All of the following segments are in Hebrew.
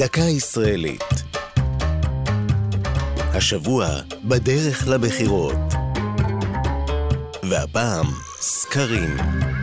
דקה ישראלית. השבוע בדרך לבחירות. והפעם סקרים.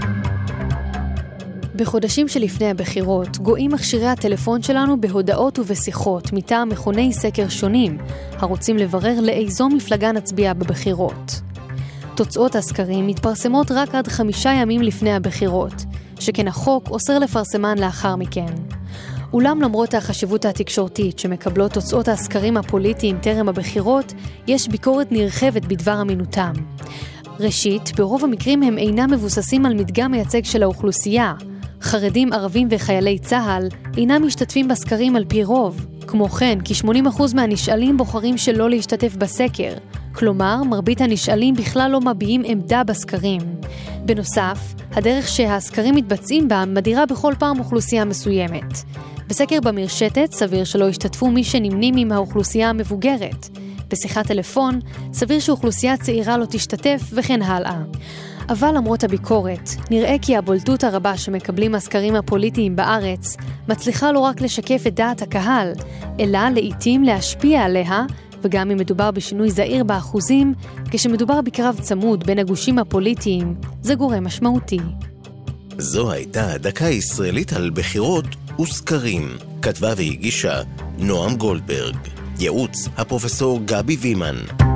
בחודשים שלפני הבחירות גואים מכשירי הטלפון שלנו בהודעות ובשיחות מטעם מכוני סקר שונים הרוצים לברר לאיזו מפלגה נצביע בבחירות. תוצאות הסקרים מתפרסמות רק עד 5 ימים לפני הבחירות, שכן החוק אוסר לפרסמן לאחר מכן. אולם למרות החשיבות התקשורתית שמקבלות תוצאות הסקרים הפוליטיים טרם הבחירות, יש ביקורת נרחבת בדבר אמינותם. ראשית, ברוב המקרים הם אינם מבוססים על מדגם מייצג של האוכלוסייה. חרדים, ערבים וחיילי צה"ל אינם משתתפים בסקרים על פי רוב. כמו כן, כ-80% מהנשאלים בוחרים שלא להשתתף בסקר. כלומר, מרבית הנשאלים בכלל לא מביעים עמדה בסקרים. בנוסף, הדרך שהסקרים מתבצעים בה מדירה בכל פעם אוכלוסייה מסוימת. בסקר במרשתת סביר שלא ישתתפו מי שנמנים עם האוכלוסייה המבוגרת. בשיחת טלפון סביר שאוכלוסייה צעירה לא תשתתף וכן הלאה. אבל למרות הביקורת, נראה כי הבולטות הרבה שמקבלים הסקרים הפוליטיים בארץ מצליחה לא רק לשקף את דעת הקהל, אלא לעתים להשפיע עליה, וגם אם מדובר בשינוי זעיר באחוזים, כשמדובר בקרב צמוד בין הגושים הפוליטיים, זה גורם משמעותי. זו הייתה דקה ישראלית על בחירות וסקרים. כתבה והגישה נועם גולדברג. ייעוץ הפרופסור גבי וימן.